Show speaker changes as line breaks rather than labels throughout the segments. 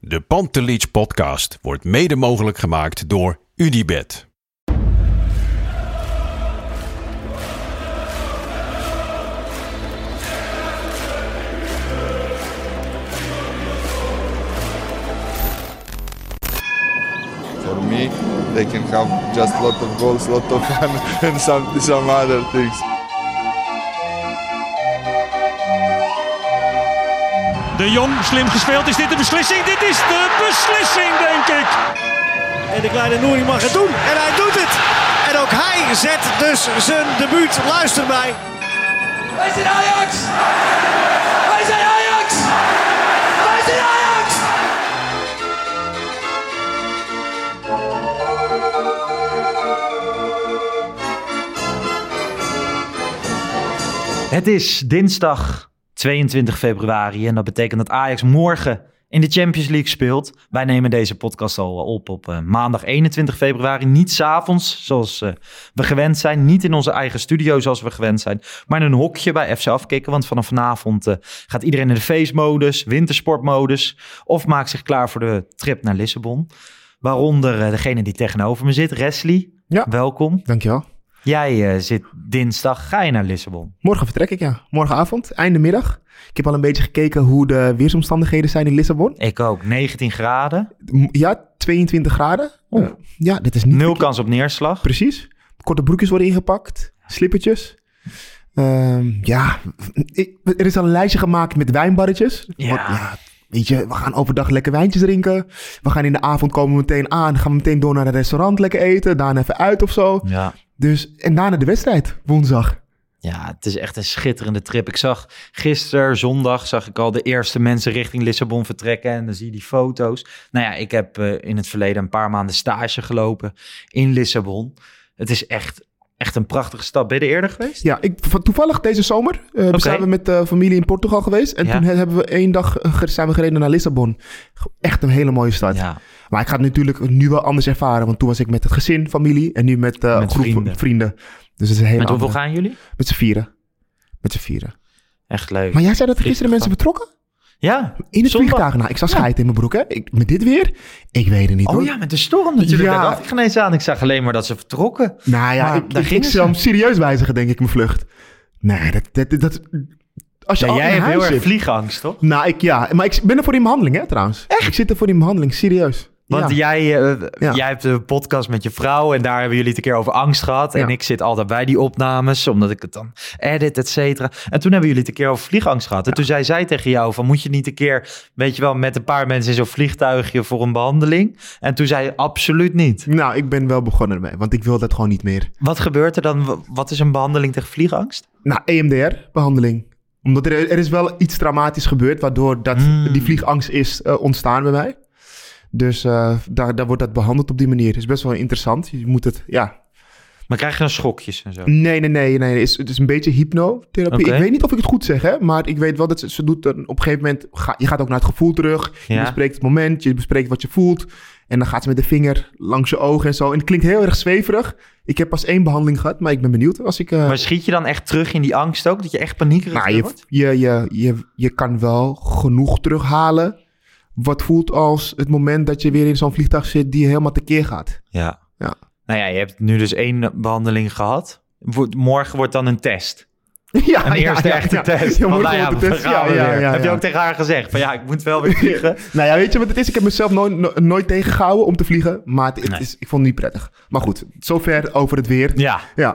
De Pantelich podcast wordt mede mogelijk gemaakt door UdiBet.
For me, they can have just a lot of goals, a lot of fun and some other things.
De Jong, slim gespeeld. Is dit de beslissing? Dit is de beslissing, denk ik.
En de kleine Nouri mag het doen. En hij doet het. En ook hij zet dus zijn debuut. Luister mij.
Wij zijn Ajax! Wij zijn Ajax! Wij zijn Ajax!
Het is dinsdag 22 februari en dat betekent dat Ajax morgen in de Champions League speelt. Wij nemen deze podcast al op maandag 21 februari. Niet 's avonds zoals we gewend zijn. Niet in onze eigen studio zoals we gewend zijn. Maar in een hokje bij FC Afkikken. Want vanaf vanavond gaat iedereen in de feestmodus, wintersportmodus. Of maakt zich klaar voor de trip naar Lissabon. Waaronder degene die tegenover me zit, Wesley.
Ja.
Welkom.
Dankjewel.
Jij zit dinsdag. Ga je naar Lissabon?
Morgen vertrek ik, ja. Morgenavond, einde middag. Ik heb al een beetje gekeken hoe de weersomstandigheden zijn in Lissabon.
Ik ook. 19 graden.
Ja, 22 graden. Ja, dit is niet...
Nul kans op neerslag.
Precies. Korte broekjes worden ingepakt. Slippertjes. Er is al een lijstje gemaakt met wijnbarretjes.
Ja.
Weet je, we gaan overdag lekker wijntjes drinken. We gaan in de avond komen we meteen aan. Gaan we meteen door naar een restaurant lekker eten. Daarna even uit of zo.
Ja.
Dus, en daarna de wedstrijd, woensdag.
Ja, het is echt een schitterende trip. Ik zag gisteren, zondag, zag ik al de eerste mensen richting Lissabon vertrekken. En dan zie je die foto's. Nou ja, ik heb in het verleden een paar maanden stage gelopen in Lissabon. Het is echt een prachtige stad. Ben je er eerder geweest?
Ja, toevallig deze zomer zijn we met de familie in Portugal geweest. En toen hebben we 1 dag zijn we gereden naar Lissabon. Echt een hele mooie stad. Ja. Maar ik ga het natuurlijk nu wel anders ervaren. Want toen was ik met het gezin, familie. En nu met een groep vrienden. Dus het is een hele
Met hoeveel gaan jullie?
Met z'n vieren.
Echt leuk.
Maar jij zei dat er gisteren mensen vertrokken?
Ja.
In het vliegtuig. Nou, ik zag scheid in mijn broek, hè. Met dit weer? Ik weet het niet, hoor.
Oh ja, met de storm natuurlijk. Daar dacht ik geen eens aan. Ik zag alleen maar dat ze vertrokken.
Nou ja, ik zou hem serieus wijzigen, denk ik, mijn vlucht. Nee, dat als je
jij hebt heel erg vliegangst, toch?
Nou, maar ik ben er voor in behandeling, hè, trouwens. Echt? Ik zit er voor in behandeling, serieus.
Want jij hebt een podcast met je vrouw en daar hebben jullie het een keer over angst gehad. En ik zit altijd bij die opnames, omdat ik het dan edit, et cetera. En toen hebben jullie het een keer over vliegangst gehad. En toen zei zij tegen jou van, moet je niet een keer, weet je wel, met een paar mensen in zo'n vliegtuigje voor een behandeling? En toen zei je, absoluut niet.
Nou, ik ben wel begonnen ermee, want ik wil dat gewoon niet meer.
Wat gebeurt er dan? Wat is een behandeling tegen vliegangst?
Nou, EMDR-behandeling. Omdat er is wel iets traumatisch gebeurd, waardoor die vliegangst is ontstaan bij mij. Dus daar wordt dat behandeld op die manier. Het is best wel interessant. Je moet het,
Maar krijg je dan schokjes en zo?
Nee. Het is een beetje hypnotherapie.
Okay.
Ik weet niet of ik het goed zeg, hè. Maar ik weet wel dat ze doet op een gegeven moment... Je gaat ook naar het gevoel terug. Je bespreekt het moment. Je bespreekt wat je voelt. En dan gaat ze met de vinger langs je ogen en zo. En het klinkt heel erg zweverig. Ik heb pas 1 behandeling gehad, maar ik ben benieuwd als ik...
Maar schiet je dan echt terug in die angst ook? Dat je echt paniekerig wordt?
Je kan wel genoeg terughalen... wat voelt als het moment dat je weer in zo'n vliegtuig zit die helemaal tekeer gaat.
Ja. Nou ja, je hebt nu dus 1 behandeling gehad. Morgen wordt dan een test.
Ja,
een eerste echte test.
Ja, morgen wordt de test.
Heb je ook tegen haar gezegd van ik moet wel weer vliegen?
Nou ja, weet je wat het is? Ik heb mezelf nooit tegengehouden om te vliegen. Maar ik vond het niet prettig. Maar goed, zover over het weer.
Ja.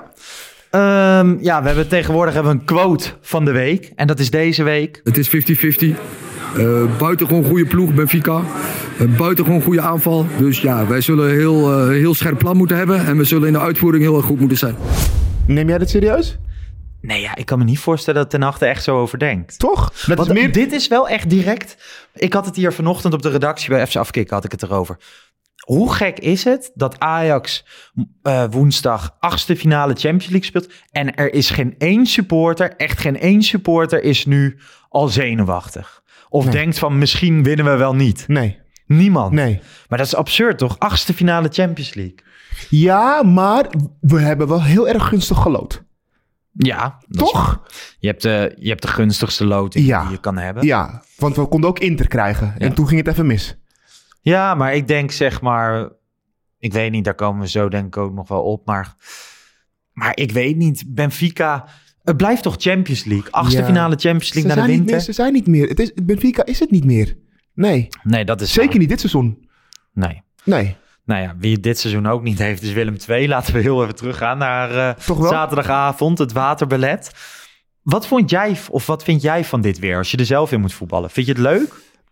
We hebben tegenwoordig een quote van de week. En dat is deze week.
Het is 50-50. Buitengewoon goede ploeg, Benfica. Buitengewoon goede aanval. Dus ja, wij zullen een heel scherp plan moeten hebben. En we zullen in de uitvoering heel erg goed moeten zijn.
Neem jij dit serieus?
Nee, ik kan me niet voorstellen dat Ten Hag er echt zo over denkt.
Toch?
Dit is wel echt direct. Ik had het hier vanochtend op de redactie bij FC Afkikken had ik het erover. Hoe gek is het dat Ajax woensdag 8e finale Champions League speelt... en er is geen één supporter is nu al zenuwachtig. Of denkt van misschien winnen we wel niet.
Nee.
Niemand.
Nee.
Maar dat is absurd toch? 8e finale Champions League.
Ja, maar we hebben wel heel erg gunstig geloot.
Ja.
Toch?
Je hebt de gunstigste loting die je kan hebben.
Ja, want we konden ook Inter krijgen. En toen ging het even mis.
Ja, maar ik denk zeg maar... Ik weet niet, daar komen we zo denk ik ook nog wel op. Maar ik weet niet, Benfica... Het blijft toch Champions League? Achtste finale Champions League naar de winter?
Ze zijn niet meer. Benfica is het niet meer. Nee, dat is zeker niet dit seizoen.
Nee. Nou ja, wie het dit seizoen ook niet heeft is Willem II. Laten we heel even teruggaan naar zaterdagavond, het waterbelet. Wat vind jij van dit weer als je er zelf in moet voetballen? Vind je het leuk?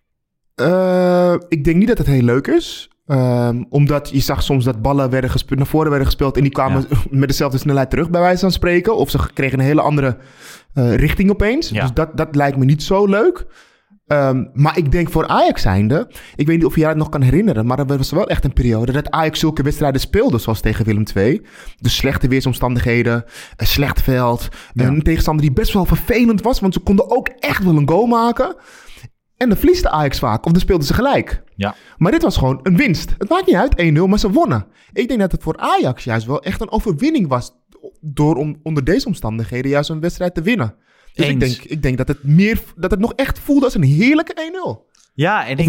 Ik denk niet dat het heel leuk is. Omdat je zag soms dat ballen naar voren werden gespeeld en die kwamen met dezelfde snelheid terug, bij wijze van spreken. Of ze kregen een hele andere richting opeens. Ja. Dus dat lijkt me niet zo leuk. Maar ik denk voor Ajax zijnde, ik weet niet of je het nog kan herinneren, maar er was wel echt een periode dat Ajax zulke wedstrijden speelde, zoals tegen Willem II. Dus slechte weersomstandigheden, een slecht veld, een tegenstander die best wel vervelend was, want ze konden ook echt wel een goal maken. En dan verliest de Ajax vaak, of dan speelden ze gelijk. Ja. Maar dit was gewoon een winst. Het maakt niet uit, 1-0, maar ze wonnen. Ik denk dat het voor Ajax juist wel echt een overwinning was, door onder deze omstandigheden juist een wedstrijd te winnen. Dus ik denk dat het nog echt voelde als een heerlijke 1-0.
Ja, en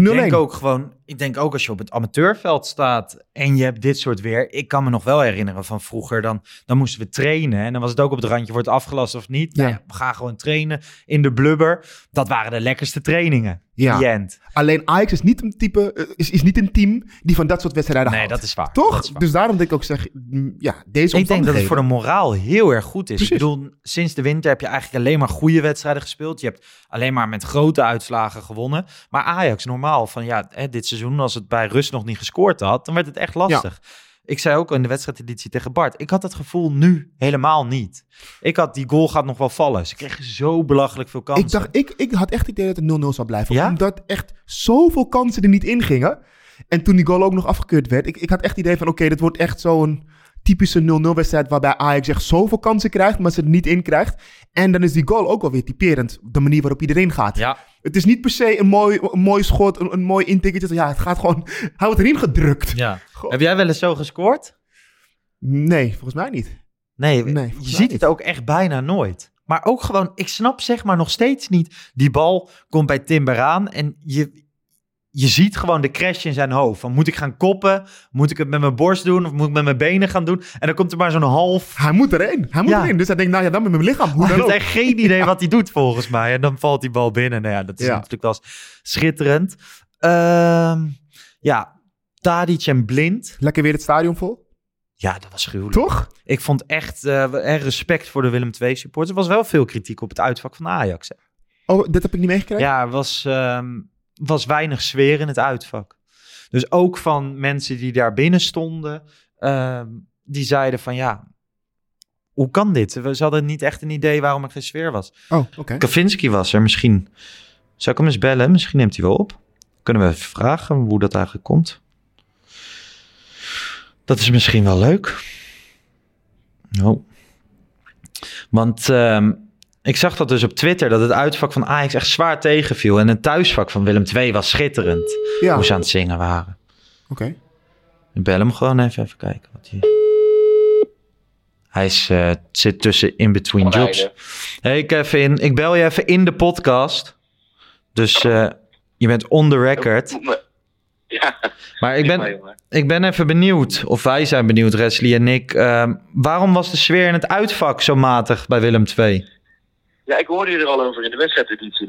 ik denk ook als je op het amateurveld staat en je hebt dit soort weer. Ik kan me nog wel herinneren van vroeger, dan moesten we trainen. En dan was het ook op het randje, wordt afgelast of niet. Ja. Nou ja, we gaan gewoon trainen in de blubber. Dat waren de lekkerste trainingen. Ja.
Alleen Ajax is niet een type, is niet een team die van dat soort wedstrijden houdt.
Nee, dat is waar.
Toch?
Is waar.
Dus daarom denk ik ook deze omstandigheden.
Ik denk dat het voor de moraal heel erg goed is. Precies. Ik bedoel, sinds de winter heb je eigenlijk alleen maar goede wedstrijden gespeeld. Je hebt alleen maar met grote uitslagen gewonnen. Maar Ajax normaal dit seizoen, als het bij rust nog niet gescoord had, dan werd het echt lastig. Ja. Ik zei ook in de wedstrijdeditie tegen Bart, ik had het gevoel nu helemaal niet. Die goal gaat nog wel vallen. Ze kregen zo belachelijk veel kansen.
Ik had echt het idee dat het 0-0 zou blijven. Ja? Omdat echt zoveel kansen er niet in gingen. En toen die goal ook nog afgekeurd werd, ik had echt het idee van dit wordt echt zo'n typische 0-0 wedstrijd waarbij Ajax echt zoveel kansen krijgt, maar ze er niet in krijgt. En dan is die goal ook wel weer typerend, de manier waarop iedereen gaat. Ja. Het is niet per se een mooi schot, een mooi intikketje. Ja, het gaat gewoon, hij wordt erin gedrukt. Ja.
Heb jij wel eens zo gescoord?
Nee, volgens mij niet.
Nee, je ziet het ook echt bijna nooit. Maar ook gewoon, ik snap zeg maar nog steeds niet. Die bal komt bij Timber aan en je ziet gewoon de crash in zijn hoofd. Van, moet ik gaan koppen? Moet ik het met mijn borst doen? Of moet ik met mijn benen gaan doen? En dan komt er maar zo'n half...
Hij moet erin. Dus hij denkt, dan met mijn lichaam.
Hij heeft echt geen idee wat hij doet volgens mij. En dan valt die bal binnen. Nou ja, dat is natuurlijk wel schitterend. Tadic en Blind.
Lekker weer het stadion vol?
Ja, dat was gruwelijk.
Toch?
Ik vond echt respect voor de Willem II supporters. Er was wel veel kritiek op het uitvak van Ajax. Hè.
Oh, dat heb ik niet meegekregen?
Ja, was weinig sfeer in het uitvak. Dus ook van mensen die daar binnen stonden, die zeiden van hoe kan dit? Ze hadden niet echt een idee waarom er geen sfeer was.
Oh, oké.
Kavinski was er misschien. Zou ik hem eens bellen? Misschien neemt hij wel op. Kunnen we even vragen hoe dat eigenlijk komt? Dat is misschien wel leuk. Oh. Want ik zag dat dus op Twitter, dat het uitvak van Ajax echt zwaar tegenviel. En het thuisvak van Willem II was schitterend. Ja. Hoe ze aan het zingen waren.
Oké.
Ik bel hem gewoon even kijken. Hij zit tussen in between jobs. Hey Kevin, ik bel je even in de podcast. Dus je bent on the record.
Ja.
Maar ik ben even benieuwd, of wij zijn benieuwd, Wesley en ik. Waarom was de sfeer in het uitvak zo matig bij Willem II?
Ja, ik hoorde je er al over in de wedstrijdeditie.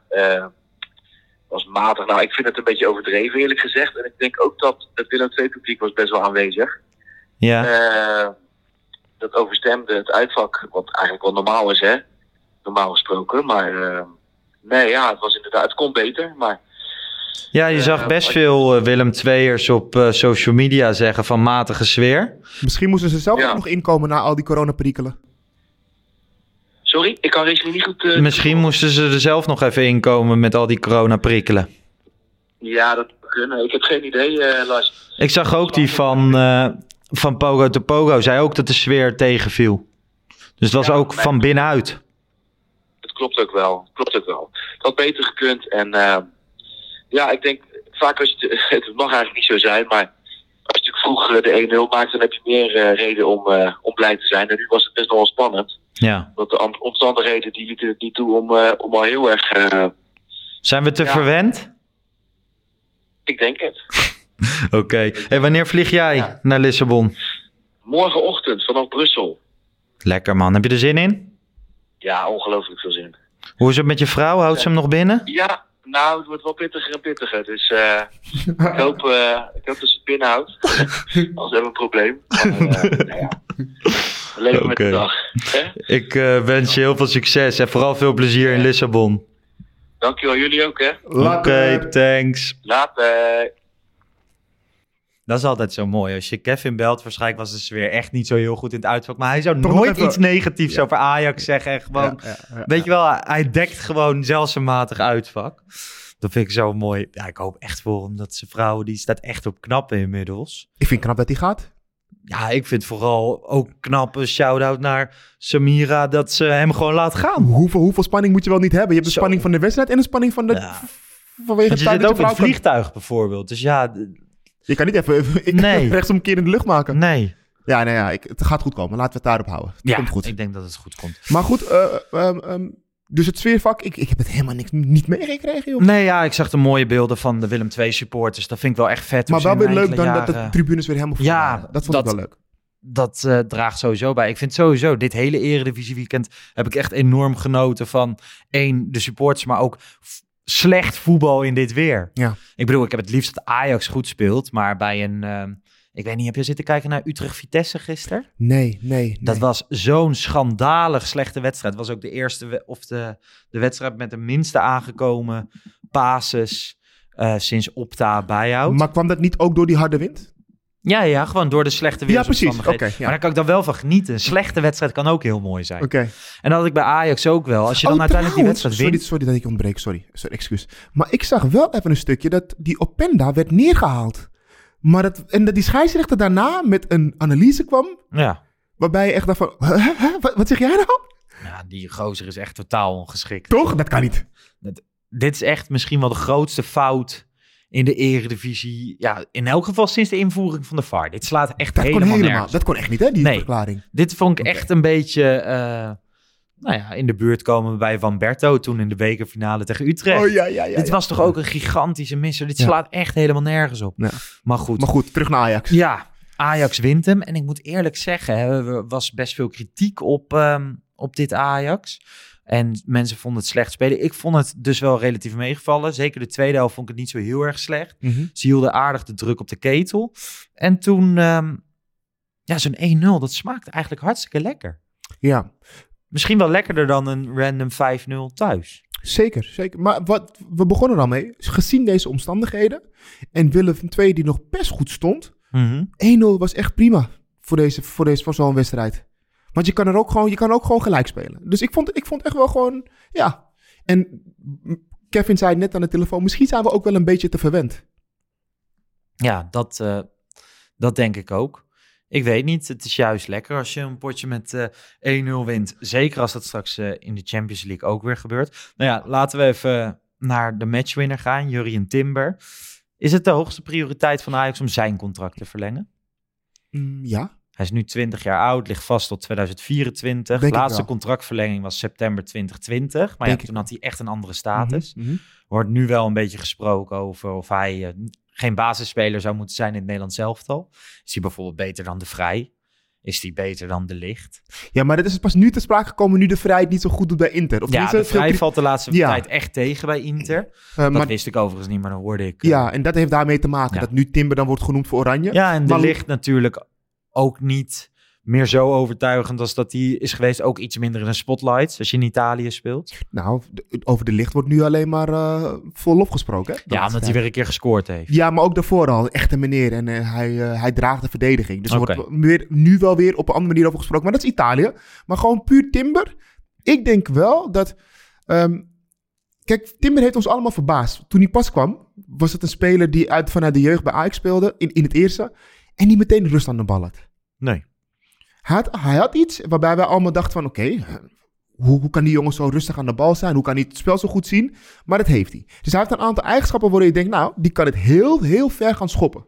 Was matig. Nou, ik vind het een beetje overdreven eerlijk gezegd. En ik denk ook dat het Willem II publiek was best wel aanwezig.
Ja.
Dat overstemde het uitvak, wat eigenlijk wel normaal is, hè. Normaal gesproken. Maar het was inderdaad, het kon beter, maar...
Ja, je zag best veel Willem II'ers op social media zeggen van matige sfeer.
Misschien moesten ze zelf ook nog inkomen na al die coronaperikelen.
Sorry, ik kan Wesley niet goed...
Misschien moesten ze er zelf nog even inkomen met al die coronaperikelen.
Ja, dat kunnen. Ik heb geen idee, Lars.
Ik zag ook die van Pogo to Pogo, zei ook dat de sfeer tegenviel. Dus het was ook van binnenuit.
Het klopt ook wel. Het had beter gekund en... ik denk, vaak als je het mag eigenlijk niet zo zijn, maar als je natuurlijk vroeg de 1-0 maakt, dan heb je meer reden om blij te zijn. En nu was het best nog wel spannend.
Ja.
Want de omstandigheden die lieten het niet toe om al heel erg...
Zijn we te verwend?
Ik denk het.
Oké. Hey, wanneer vlieg jij naar Lissabon?
Morgenochtend vanaf Brussel.
Lekker man. Heb je er zin in?
Ja, ongelooflijk veel zin.
Hoe is het met je vrouw? Houdt ze hem nog binnen?
Ja, nou, het wordt wel pittiger en pittiger. Dus ik hoop dat ze het binnenhoudt. Anders hebben we een probleem. We leven met de dag. Hè?
Ik wens je heel veel succes en vooral veel plezier in Lissabon.
Dankjewel, jullie ook, hè?
Oké, thanks.
Later.
Dat is altijd zo mooi. Als je Kevin belt, waarschijnlijk was de sfeer echt niet zo heel goed in het uitvak. Maar hij zou nooit iets negatiefs over Ajax zeggen. En gewoon, weet je wel, hij dekt gewoon zelfmatig uitvak. Dat vind ik zo mooi. Ja, ik hoop echt voor hem dat zijn vrouw, die staat echt op knappen inmiddels.
Ik vind knap dat hij gaat.
Ja, ik vind vooral ook knap een shout-out naar Samira dat ze hem gewoon laat gaan.
Hoeveel spanning moet je wel niet hebben? Je hebt de spanning van de wedstrijd en de spanning van de...
Ja.
Vanwege
want je zit ook in het vliegtuig bijvoorbeeld. Dus ja...
Je kan niet even rechtsomkeer in de lucht maken.
Nee.
Ja, het gaat goed komen. Laten we het daarop houden. Het komt goed.
Ik denk dat het goed komt.
Maar goed, dus het sfeervak, ik heb het helemaal niet meegekregen, joh.
Nee, ja, ik zag de mooie beelden van de Willem II supporters. Dat vind ik wel echt vet.
Maar wel weer leuk dan dat de tribunes weer helemaal vol waren. Dat vond ik wel leuk.
Dat draagt sowieso bij. Ik vind sowieso, dit hele Eredivisie weekend heb ik echt enorm genoten van de supporters, maar ook slecht voetbal in dit weer.
Ja.
Ik bedoel, ik heb het liefst dat Ajax goed speelt, maar bij een... ik weet niet, heb je zitten kijken naar Utrecht-Vitesse gisteren?
Nee.
Dat was zo'n schandalig slechte wedstrijd. Het was ook de eerste, de wedstrijd met de minste aangekomen passes sinds Opta bijhoudt.
Maar kwam dat niet ook door die harde wind?
Ja, gewoon door de slechte weersomstandigheden.
Ja, precies.
Maar daar kan ik dan wel van genieten. Een slechte wedstrijd kan ook heel mooi zijn.
Okay.
En dat had ik bij Ajax ook wel. Als je dan uiteindelijk die wedstrijd wint...
Sorry dat ik ontbreek, sorry, excuus. Maar ik zag wel even een stukje dat die Openda werd neergehaald. Maar dat die scheidsrechter daarna met een analyse kwam.
Ja.
Waarbij je echt dacht van, wat zeg jij nou?
Ja, die gozer is echt totaal ongeschikt.
Toch? Dat kan niet.
Dit is echt misschien wel de grootste fout in de Eredivisie. Ja, in elk geval sinds de invoering van de VAR. Dit slaat echt helemaal nergens.
Dat kon echt niet, hè, die verklaring.
Dit vond ik echt een beetje... in de buurt komen bij Van Berto toen in de bekerfinale tegen Utrecht.
Oh ja.
Dit was toch ook een gigantische misser. Dit slaat echt helemaal nergens op.
Ja.
Maar goed,
terug naar Ajax.
Ja, Ajax wint hem. En ik moet eerlijk zeggen, er was best veel kritiek op dit Ajax. En mensen vonden het slecht spelen. Ik vond het dus wel relatief meegevallen. Zeker de tweede helft vond ik het niet zo heel erg slecht.
Mm-hmm.
Ze hielden aardig de druk op de ketel. En toen, zo'n 1-0, dat smaakte eigenlijk hartstikke lekker.
Ja.
Misschien wel lekkerder dan een random 5-0 thuis.
Zeker. Maar we begonnen er al mee. Gezien deze omstandigheden en Willem II die nog best goed stond.
Mm-hmm.
1-0 was echt prima voor zo'n wedstrijd. Want je kan ook gewoon gelijk spelen. Dus ik vond echt wel gewoon, ja. En Kevin zei net aan de telefoon, misschien zijn we ook wel een beetje te verwend.
Ja, dat denk ik ook. Ik weet niet, het is juist lekker als je een potje met 1-0 wint. Zeker als dat straks in de Champions League ook weer gebeurt. Nou ja, laten we even naar de matchwinner gaan, Jurrien Timber. Is het de hoogste prioriteit van Ajax om zijn contract te verlengen?
Ja.
Hij is nu 20 jaar oud, ligt vast tot 2024. De laatste contractverlenging was september 2020. Maar toen had hij echt een andere status.
Mm-hmm.
Wordt nu wel een beetje gesproken over of hij geen basisspeler zou moeten zijn in het Nederlands elftal. Is hij bijvoorbeeld beter dan De Vrij? Is hij beter dan De Ligt?
Ja, maar dat is pas nu ter sprake gekomen nu De Vrij het niet zo goed doet bij Inter. Of
De Vrij valt de laatste tijd echt tegen bij Inter. Dat wist ik overigens niet, maar dan hoorde ik...
Ja, en dat heeft daarmee te maken. Dat nu Timber dan wordt genoemd voor Oranje.
Ja, en De Ligt natuurlijk ook niet meer zo overtuigend als dat hij is geweest. Ook iets minder in de spotlights als je in Italië speelt.
Nou, over De Ligt wordt nu alleen maar vol lof gesproken. Hè?
Ja, omdat hij weer een keer gescoord heeft.
Ja, maar ook daarvoor al. Echt een meneer. En hij draagt de verdediging. Dus er wordt nu wel weer op een andere manier over gesproken. Maar dat is Italië. Maar gewoon puur Timber. Ik denk wel dat... kijk, Timber heeft ons allemaal verbaasd. Toen hij pas kwam, was het een speler die vanuit de jeugd bij Ajax speelde. In het eerste. En die meteen rust aan de bal had.
Nee.
Hij had iets waarbij wij allemaal dachten van... Oké, hoe kan die jongen zo rustig aan de bal zijn? Hoe kan hij het spel zo goed zien? Maar dat heeft hij. Dus hij heeft een aantal eigenschappen waarin je denkt... Nou, die kan het heel, heel ver gaan schoppen.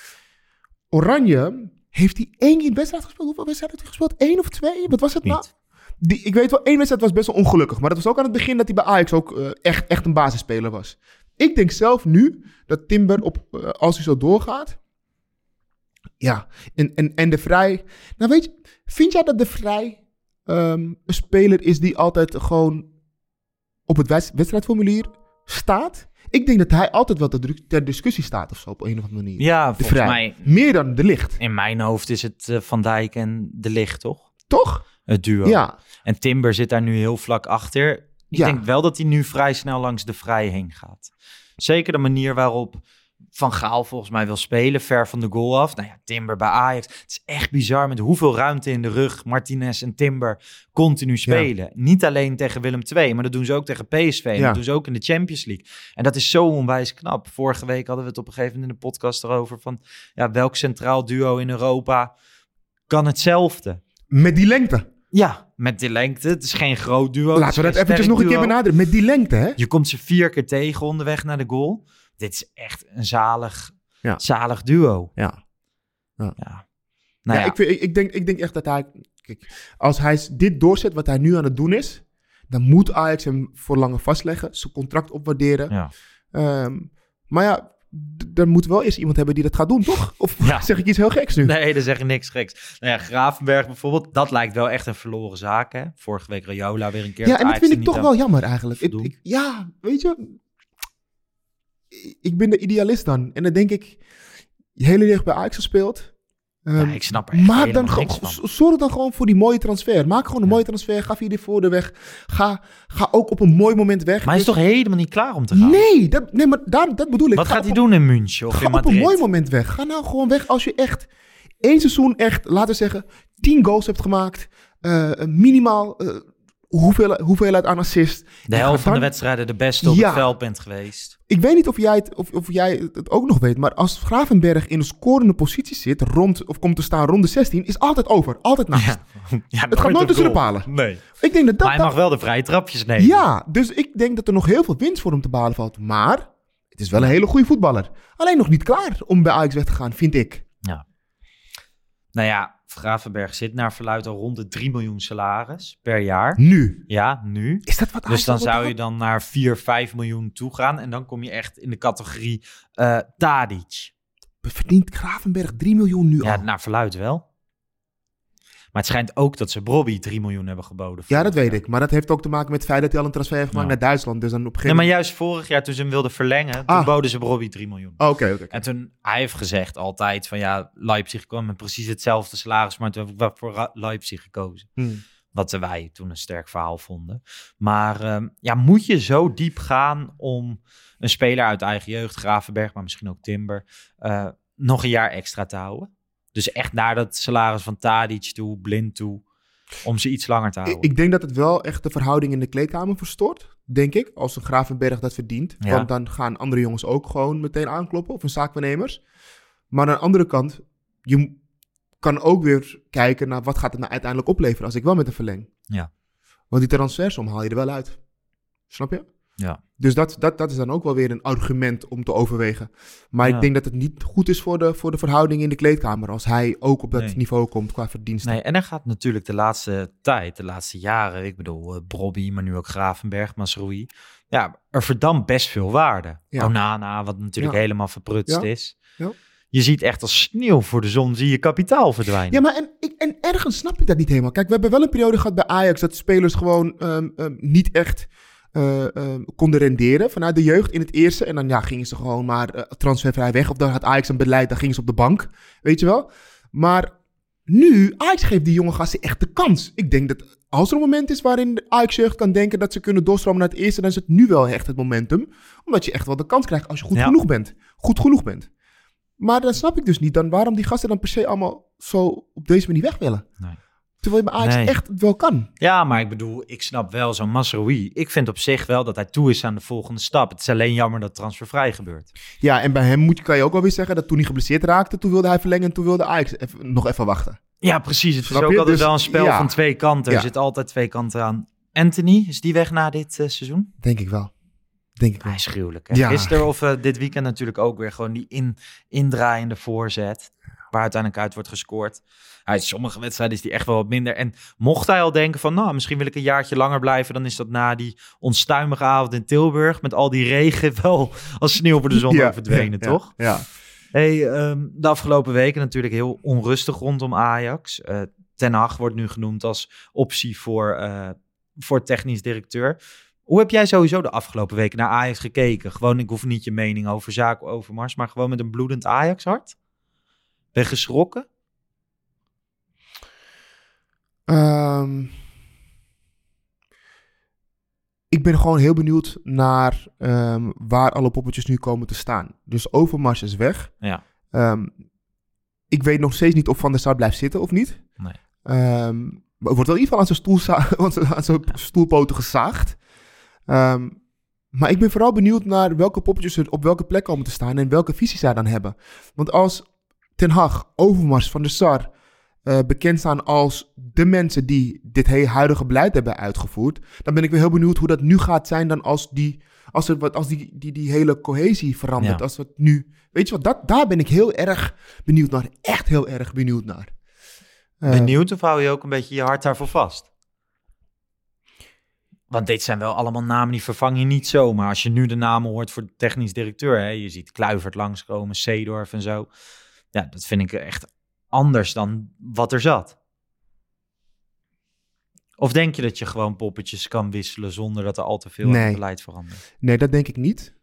Oranje heeft hij 1 wedstrijd gespeeld. Hoeveel wedstrijden heeft hij gespeeld? 1 of 2? Wat was het nou? Ik weet wel, 1 wedstrijd was best wel ongelukkig. Maar dat was ook aan het begin dat hij bij Ajax ook echt een basisspeler was. Ik denk zelf nu dat Timber, als hij zo doorgaat... Ja, en de Vrij... Nou weet je, vind jij dat de Vrij een speler is die altijd gewoon op het wedstrijdformulier staat? Ik denk dat hij altijd wel ter discussie staat of zo op een of andere manier.
Ja, volgens mij...
Meer dan De Ligt.
In mijn hoofd is het Van Dijk en De Ligt, toch?
Toch?
Het duo.
Ja.
En Timber zit daar nu heel vlak achter. Ik denk wel dat hij nu vrij snel langs de Vrij heen gaat. Zeker de manier waarop Van Gaal volgens mij wil spelen, ver van de goal af. Nou ja, Timber bij Ajax. Het is echt bizar met hoeveel ruimte in de rug Martinez en Timber continu spelen. Ja. Niet alleen tegen Willem II, maar dat doen ze ook tegen PSV. En dat doen ze ook in de Champions League. En dat is zo onwijs knap. Vorige week hadden we het op een gegeven moment in de podcast erover van welk centraal duo in Europa kan hetzelfde.
Met die lengte.
Ja, met die lengte. Het is geen groot duo.
Laten we dat eventjes nog een keer benadrukken. Met die lengte, hè?
Je komt ze 4 keer tegen onderweg naar de goal. Dit is echt een zalig duo.
Ja.
Nou ja.
Ik denk echt dat hij... Kijk, als hij dit doorzet wat hij nu aan het doen is, dan moet Ajax hem voor langer vastleggen. Zijn contract opwaarderen.
Ja.
Maar ja, er moet wel eerst iemand hebben die dat gaat doen, toch? Of zeg ik iets heel geks nu?
Nee, dan zeg je niks geks. Nou ja, Gravenberg bijvoorbeeld, dat lijkt wel echt een verloren zaak, hè? Vorige week Raiola weer een keer.
Ja, en dat vind ik toch wel jammer eigenlijk. Weet je... Ik ben de idealist dan. En dan denk ik, je hele dag bij Ajax gespeeld.
Ik snap er echt
dan niks van. Zorg dan gewoon voor die mooie transfer. Maak gewoon een mooie transfer. Ga via de voordeur Ga ook op een mooi moment weg.
Maar hij is toch helemaal niet klaar om te gaan?
Nee, maar dat bedoel ik.
Wat gaat hij doen in München of in Madrid?
Ga op een mooi moment weg. Ga nou gewoon weg als je echt 1 seizoen echt, laten we zeggen, 10 goals hebt gemaakt. Minimaal... hoeveelheid aan assist.
De helft van de wedstrijden de beste op het veld bent geweest.
Ik weet niet of jij het ook nog weet, maar als Gravenberg in een scorende positie zit, komt te staan rond de 16, is altijd over. Altijd naast. Het gaat nooit tussen de palen.
Nee.
Ik denk dat
hij mag wel de vrije trapjes nemen.
Ja, dus ik denk dat er nog heel veel winst voor hem te behalen valt. Maar het is wel een hele goede voetballer. Alleen nog niet klaar om bij Ajax weg te gaan, vind ik.
Ja. Nou ja, Gravenberg zit naar verluidt al rond de 3 miljoen salaris per jaar.
Nu?
Ja, nu.
Is dat wat?
Dus dan zou je dan naar 4-5 miljoen toe gaan. En dan kom je echt in de categorie Tadic.
Verdient Gravenberg 3 miljoen nu al?
Ja, naar verluidt wel. Maar het schijnt ook dat ze Brobbey 3 miljoen hebben geboden.
Ja, dat weet ik. Maar dat heeft ook te maken met het feit dat hij al een transfer heeft gemaakt naar Duitsland. Dus dan op
Nee, maar juist vorig jaar toen ze hem wilden verlengen, toen boden ze Brobbey 3 miljoen.
Oké.
En toen, hij heeft gezegd altijd van Leipzig kwam met precies hetzelfde salaris, maar toen heb ik wel voor Leipzig gekozen. Wat wij toen een sterk verhaal vonden. Maar moet je zo diep gaan om een speler uit eigen jeugd, Gravenberg, maar misschien ook Timber, nog een jaar extra te houden? Dus echt naar dat salaris van Tadic toe, Blind toe, om ze iets langer te houden.
Ik denk dat het wel echt de verhouding in de kleedkamer verstoort, denk ik. Als een Gravenberg dat verdient. Ja. Want dan gaan andere jongens ook gewoon meteen aankloppen, of een zaakwaarnemers. Maar aan de andere kant, je kan ook weer kijken naar wat gaat het nou uiteindelijk opleveren als ik wel met een verleng.
Ja.
Want die transfersom haal je er wel uit. Snap je?
Ja.
Dus dat is dan ook wel weer een argument om te overwegen. Maar ik denk dat het niet goed is voor de verhouding in de kleedkamer, als hij ook op dat niveau komt qua verdiensten.
Nee, en dan gaat natuurlijk de laatste jaren, ik bedoel Brobbey, maar nu ook Gravenberg, Mazraoui. Ja, er verdampt best veel waarde. Ja. Onana, wat natuurlijk helemaal verprutst is. Ja. Je ziet echt als sneeuw voor de zon, zie je kapitaal verdwijnen.
Ja, maar en ergens snap ik dat niet helemaal. Kijk, we hebben wel een periode gehad bij Ajax dat spelers gewoon niet echt konden renderen vanuit de jeugd in het eerste. En dan gingen ze gewoon maar transfervrij weg. Of dan had Ajax een beleid, dan gingen ze op de bank. Weet je wel? Maar nu, Ajax geeft die jonge gasten echt de kans. Ik denk dat als er een moment is waarin de Ajax-jeugd kan denken dat ze kunnen doorstromen naar het eerste, dan is het nu wel echt het momentum. Omdat je echt wel de kans krijgt als je goed genoeg bent. Maar dan snap ik dus niet dan waarom die gasten dan per se allemaal zo op deze manier weg willen. Nee. Terwijl je bij Ajax echt wel kan.
Ja, maar ik bedoel, ik snap wel zo'n Mazraoui. Ik vind op zich wel dat hij toe is aan de volgende stap. Het is alleen jammer dat transfervrij gebeurt.
Ja, en bij hem kan je ook wel weer zeggen dat toen hij geblesseerd raakte, toen wilde hij verlengen en toen wilde Ajax nog even wachten.
Ja, precies. Het is ook altijd wel een spel van 2 kanten. Er zit altijd 2 kanten aan. Anthony, is die weg na dit seizoen?
Denk ik wel.
Hij is gruwelijk. Ja. Gisteren of dit weekend natuurlijk ook weer gewoon die indraaiende voorzet. waar uiteindelijk uit wordt gescoord. Sommige wedstrijden is die echt wel wat minder. En mocht hij al denken van, misschien wil ik een jaartje langer blijven, dan is dat na die onstuimige avond in Tilburg met al die regen wel als sneeuw voor de zon verdwenen, toch?
Ja.
Hey, de afgelopen weken natuurlijk heel onrustig rondom Ajax. Ten Hag wordt nu genoemd als optie voor technisch directeur. Hoe heb jij sowieso de afgelopen weken naar Ajax gekeken? Gewoon, ik hoef niet je mening over zaken Overmars, maar gewoon met een bloedend Ajax-hart? Ben je geschrokken?
Ik ben gewoon heel benieuwd naar waar alle poppetjes nu komen te staan. Dus Overmars is weg.
Ja.
Ik weet nog steeds niet of Van der Sar blijft zitten of niet.
Nee.
Er wordt wel in ieder geval aan zijn stoelpoten gezaagd. Maar ik ben vooral benieuwd naar welke poppetjes er op welke plek komen te staan en welke visies zij dan hebben. Want als Ten Hag, Overmars, Van der Sar bekend staan als de mensen die dit huidige beleid hebben uitgevoerd, dan ben ik weer heel benieuwd hoe dat nu gaat zijn dan als die hele cohesie verandert.
Ja.
Als het nu, weet je wat, daar ben ik heel erg benieuwd naar. Echt heel erg benieuwd naar.
Benieuwd of hou je ook een beetje je hart daarvoor vast? Want dit zijn wel allemaal namen die vervang je niet zomaar. Als je nu de namen hoort voor de technisch directeur, hè, je ziet Kluivert langskomen, Seedorf en zo. Ja, dat vind ik echt anders dan wat er zat. Of denk je dat je gewoon poppetjes kan wisselen zonder dat er al te veel aan het beleid verandert?
Nee, dat denk ik niet.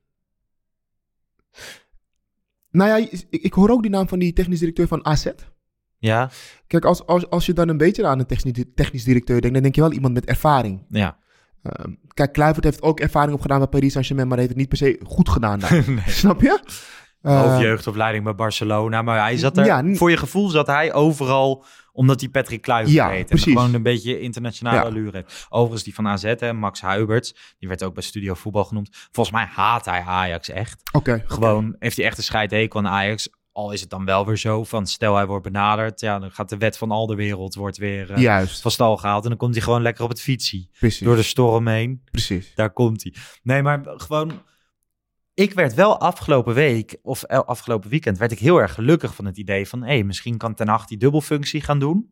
Nou ja, ik hoor ook die naam van die technisch directeur van AZ.
Ja.
Kijk, als je dan een beetje aan een technisch directeur denkt, dan denk je wel iemand met ervaring.
Ja.
Kijk, Kluivert heeft ook ervaring opgedaan bij Paris Saint-Germain, maar heeft het niet per se goed gedaan daar.
Nee.
Snap je?
Of jeugdopleiding bij Barcelona, maar hij zat er, voor je gevoel zat hij overal, omdat hij Patrick Kluivert heet. En gewoon een beetje internationale allure heeft. Overigens die van AZ, Max Huiberts, die werd ook bij Studio Voetbal genoemd. Volgens mij haat hij Ajax echt. Gewoon heeft hij echt een scheidhekel aan Ajax. Al is het dan wel weer zo van, stel hij wordt benaderd, dan gaat de wet van al de wereld wordt weer van stal gehaald. En dan komt hij gewoon lekker op het fietsie.
Precies.
Door de storm heen.
Precies.
Daar komt hij. Nee, maar gewoon, ik werd wel afgelopen week, of afgelopen weekend, werd ik heel erg gelukkig van het idee van, misschien kan Ten Hag die dubbelfunctie gaan doen.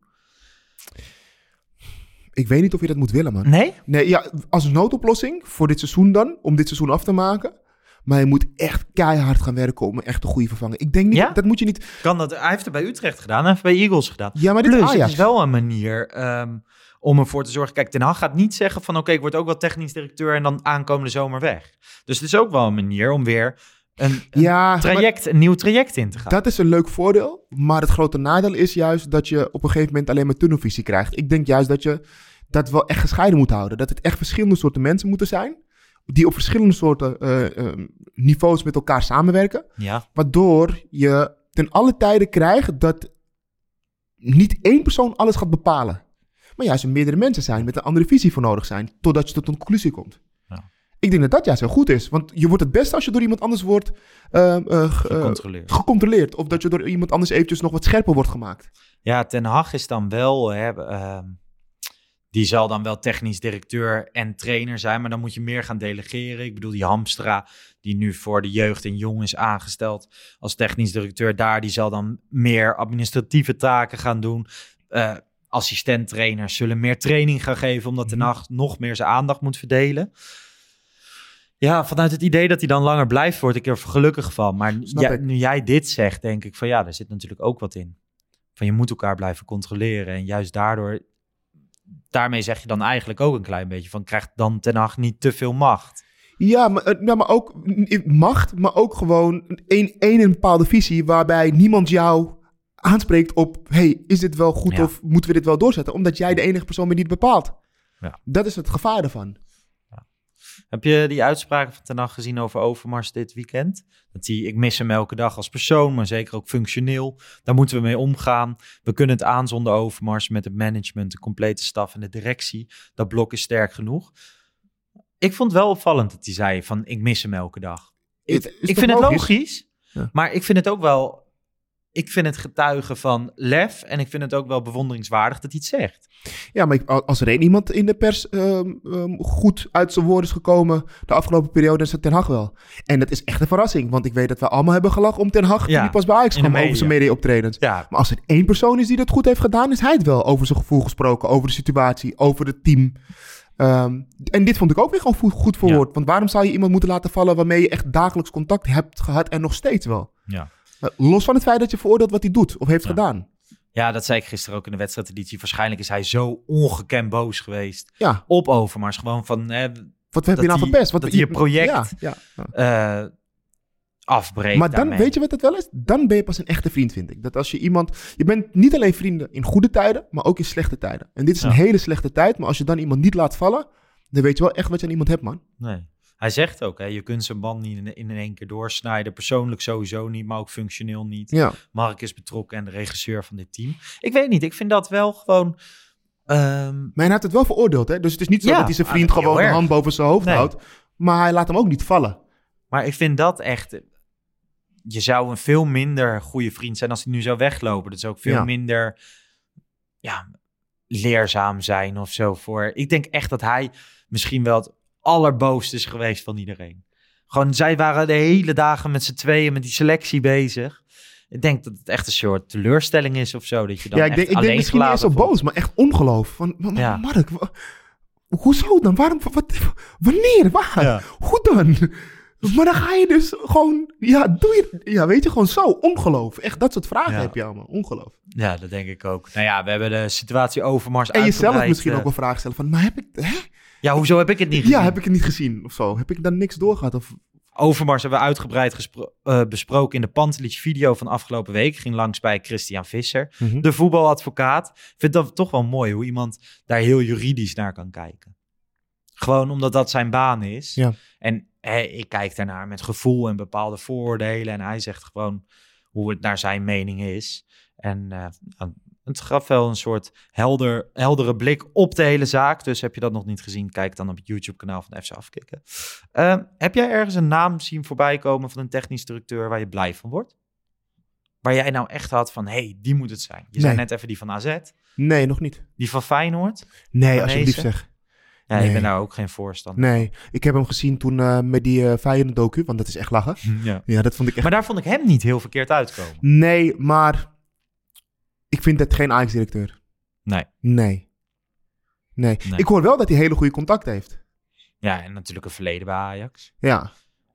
Ik weet niet of je dat moet willen, man.
Nee?
Nee, ja, als noodoplossing voor dit seizoen dan, om dit seizoen af te maken. Maar je moet echt keihard gaan werken om een echt een goede vervanger. Ik denk niet, dat moet je niet...
Hij heeft het bij Utrecht gedaan, hij heeft het bij Eagles gedaan.
Ja, maar dit is Ajax.
Het is wel een manier om ervoor te zorgen. Kijk, Ten Hag gaat niet zeggen van, ik word ook wel technisch directeur en dan aankomende zomer weg. Dus het is ook wel een manier om weer een nieuw traject in te gaan.
Dat is een leuk voordeel, maar het grote nadeel is juist dat je op een gegeven moment alleen maar tunnelvisie krijgt. Ik denk juist dat je dat wel echt gescheiden moet houden. Dat het echt verschillende soorten mensen moeten zijn, die op verschillende soorten niveaus met elkaar samenwerken.
Ja.
Waardoor je ten alle tijden krijgt dat niet één persoon alles gaat bepalen. Maar juist er meerdere mensen zijn met een andere visie voor nodig zijn, totdat je tot een conclusie komt.
Ja.
Ik denk dat dat juist heel goed is. Want je wordt het beste als je door iemand anders wordt gecontroleerd. Of dat je door iemand anders eventjes nog wat scherper wordt gemaakt.
Ja, Ten Hag is dan wel... die zal dan wel technisch directeur en trainer zijn, maar dan moet je meer gaan delegeren. Ik bedoel, die Hamstra, die nu voor de jeugd en jong is aangesteld als technisch directeur daar, die zal dan meer administratieve taken gaan doen. Assistenttrainers zullen meer training gaan geven, omdat Ten Hag nog meer zijn aandacht moet verdelen. Ja, vanuit het idee dat hij dan langer blijft, word ik er gelukkig van. Maar nu jij dit zegt, denk ik van daar zit natuurlijk ook wat in. Van je moet elkaar blijven controleren en juist daarmee zeg je dan eigenlijk ook een klein beetje van, krijgt dan Ten Hag niet te veel macht?
Ja, maar ook macht, maar ook gewoon een bepaalde visie waarbij niemand jou aanspreekt op, is dit wel goed of moeten we dit wel doorzetten? Omdat jij de enige persoon bent die het bepaalt. Ja. Dat is het gevaar ervan.
Ja. Heb je die uitspraken van Ten Hag gezien over Overmars dit weekend? Ik mis hem elke dag als persoon, maar zeker ook functioneel. Daar moeten we mee omgaan. We kunnen het aan zonder Overmars met het management, de complete staf en de directie. Dat blok is sterk genoeg. Ik vond het wel opvallend dat hij zei van, ik mis hem elke dag. Ik vind het logisch, maar ik vind het ook wel ik vind het getuigen van lef en ik vind het ook wel bewonderingswaardig dat hij het zegt.
Ja, maar als er één iemand in de pers goed uit zijn woorden is gekomen de afgelopen periode, is het Ten Hag wel. En dat is echt een verrassing, want ik weet dat we allemaal hebben gelachen om Ten Hag toen hij pas bij Ajax kwam over zijn media-optredens. Ja. Maar als er één persoon is die dat goed heeft gedaan, is hij het wel. Over zijn gevoel gesproken, over de situatie, over het team. En dit vond ik ook weer gewoon goed verwoord. Want waarom zou je iemand moeten laten vallen waarmee je echt dagelijks contact hebt gehad en nog steeds wel? Ja. Los van het feit dat je veroordeelt wat hij doet of heeft gedaan.
Ja, dat zei ik gisteren ook in de wedstrijdeditie. Waarschijnlijk is hij zo ongekend boos geweest op Overmars. Gewoon van...
wat heb je nou verpest?
Dat hij je project afbreekt.
Maar dan, weet je wat het wel is? Dan ben je pas een echte vriend, vind ik. Dat als je iemand... Je bent niet alleen vrienden in goede tijden, maar ook in slechte tijden. En dit is een hele slechte tijd. Maar als je dan iemand niet laat vallen, dan weet je wel echt wat je aan iemand hebt, man.
Nee. Hij zegt ook, je kunt zijn band niet in één keer doorsnijden. Persoonlijk sowieso niet, maar ook functioneel niet. Ja. Mark is betrokken en de regisseur van dit team. Ik weet niet, ik vind dat wel gewoon...
Maar hij heeft het wel veroordeeld, hè? Dus het is niet zo dat hij zijn vriend gewoon de hand boven zijn hoofd houdt. Maar hij laat hem ook niet vallen.
Maar ik vind dat echt... Je zou een veel minder goede vriend zijn als hij nu zou weglopen. Dat zou ook veel minder leerzaam zijn of zo voor... Ik denk echt dat hij misschien wel het allerboosst is geweest van iedereen. Gewoon, zij waren de hele dagen met z'n tweeën met die selectie bezig. Ik denk dat het echt een soort teleurstelling is of zo. Dat je dan
ik denk misschien niet eens zo boos, maar echt ongeloof. Van, Mark, hoezo dan? Waarom? Wanneer? Waar? Ja. Hoe dan? Maar dan ga je dus gewoon... weet je, gewoon zo. Ongeloof. Echt, dat soort vragen heb je allemaal. Ongeloof.
Ja, dat denk ik ook. Nou ja, we hebben de situatie Overmars
en jezelf misschien ook een vraag stellen van... Maar heb ik...
Ja, hoezo heb ik het niet gezien?
Ja, heb ik het niet gezien of zo? Heb ik dan niks doorgehad? Of...
Overmars hebben we uitgebreid besproken in de Pantelic-video van afgelopen week. Ging langs bij Christian Visser, de voetbaladvocaat. Ik vind dat toch wel mooi hoe iemand daar heel juridisch naar kan kijken. Gewoon omdat dat zijn baan is. Ja. En ik kijk daarnaar met gevoel en bepaalde vooroordelen. En hij zegt gewoon hoe het naar zijn mening is. En het gaf wel een soort heldere blik op de hele zaak. Dus heb je dat nog niet gezien, kijk dan op het YouTube-kanaal van FC Afkikken. Heb jij ergens een naam zien voorbij komen van een technisch directeur waar je blij van wordt? Waar jij nou echt had van, die moet het zijn. Je zei net even die van AZ.
Nee, nog niet.
Die van Feyenoord?
Nee, alsjeblieft zeg.
Ja, ik ben daar ook geen voorstander van.
Nee, ik heb hem gezien toen met die Feyenoord-docu, want dat is echt lachen. Ja, dat vond ik echt...
Maar daar vond ik hem niet heel verkeerd uitkomen.
Nee, maar... Ik vind dat geen Ajax-directeur. Nee. Ik hoor wel dat hij hele goede contacten heeft.
Ja, en natuurlijk een verleden bij Ajax.
Ja.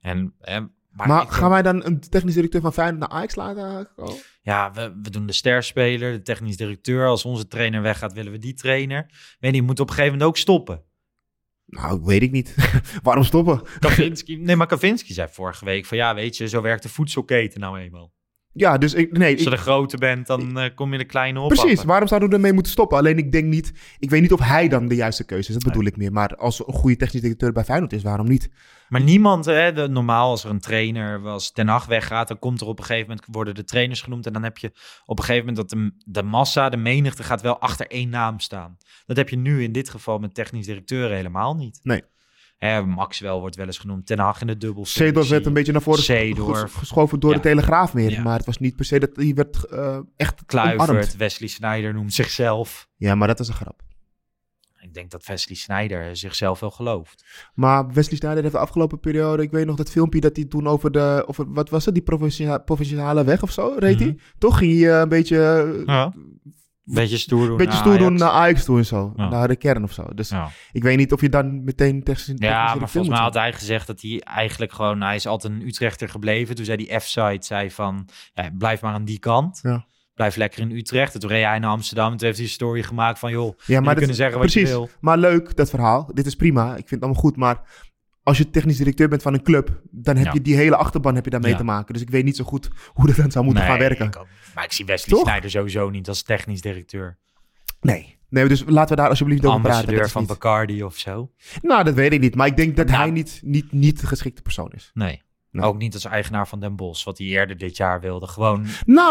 Maar gaan wij dan een technisch directeur van Feyenoord naar Ajax laten komen?
Ja, we doen de sterspeler, de technisch directeur. Als onze trainer weggaat, willen we die trainer. Weet je, moet op een gegeven moment ook stoppen.
Nou, weet ik niet. Waarom stoppen?
Kavinski zei vorige week van weet je, zo werkt de voedselketen nou eenmaal.
Ja, dus
als je de grote bent, dan kom je de kleine op.
Precies, waarom zouden we ermee moeten stoppen? Alleen ik denk niet, ik weet niet of hij dan de juiste keuze is, dat bedoel ik meer. Maar als een goede technisch directeur bij Feyenoord is, waarom niet?
Maar niemand, normaal als er een trainer, als Ten Hag weggaat, dan komt er op een gegeven moment, worden de trainers genoemd. En dan heb je op een gegeven moment dat de massa, de menigte gaat wel achter één naam staan. Dat heb je nu in dit geval met technisch directeuren helemaal niet.
Nee.
Maxwell wordt wel eens genoemd. Ten Hag in de dubbel.
Seedorf werd een beetje naar voren geschoven door de Telegraaf meer. Ja. Maar het was niet per se dat hij werd echt
Kluivert,
omarmd.
Wesley Sneijder noemt zichzelf.
Ja, maar dat is een grap.
Ik denk dat Wesley Sneijder zichzelf wel gelooft.
Maar Wesley Sneijder heeft de afgelopen periode... Ik weet nog dat filmpje dat hij toen over wat was het? Die provinciale weg of zo, reed hij? Toch ging hij een beetje...
Beetje stoer doen.
Beetje stoer doen naar Ajax toe en zo. Ja. Naar de kern of zo. Dus ik weet niet of je dan meteen tegen
maar volgens mij had hij gezegd dat hij eigenlijk gewoon... Hij is altijd een Utrechter gebleven. Toen zei die F-site, zei van... blijf maar aan die kant. Ja. Blijf lekker in Utrecht. En toen reed hij naar Amsterdam. En toen heeft hij een story gemaakt van... joh, maar kunnen zeggen wat je wil.
Maar leuk, dat verhaal. Dit is prima. Ik vind het allemaal goed. Maar als je technisch directeur bent van een club... dan heb je die hele achterban heb je daarmee te maken. Dus ik weet niet zo goed hoe dat dan zou moeten gaan werken.
Maar ik zie Wesley Sneijder sowieso niet als technisch directeur.
Nee, dus laten we daar alsjeblieft over praten.
Ambassadeur van Bacardi of zo?
Nou, dat weet ik niet. Maar ik denk dat hij niet de geschikte persoon is.
Nee. Ook niet als eigenaar van Den Bosch, wat hij eerder dit jaar wilde. Gewoon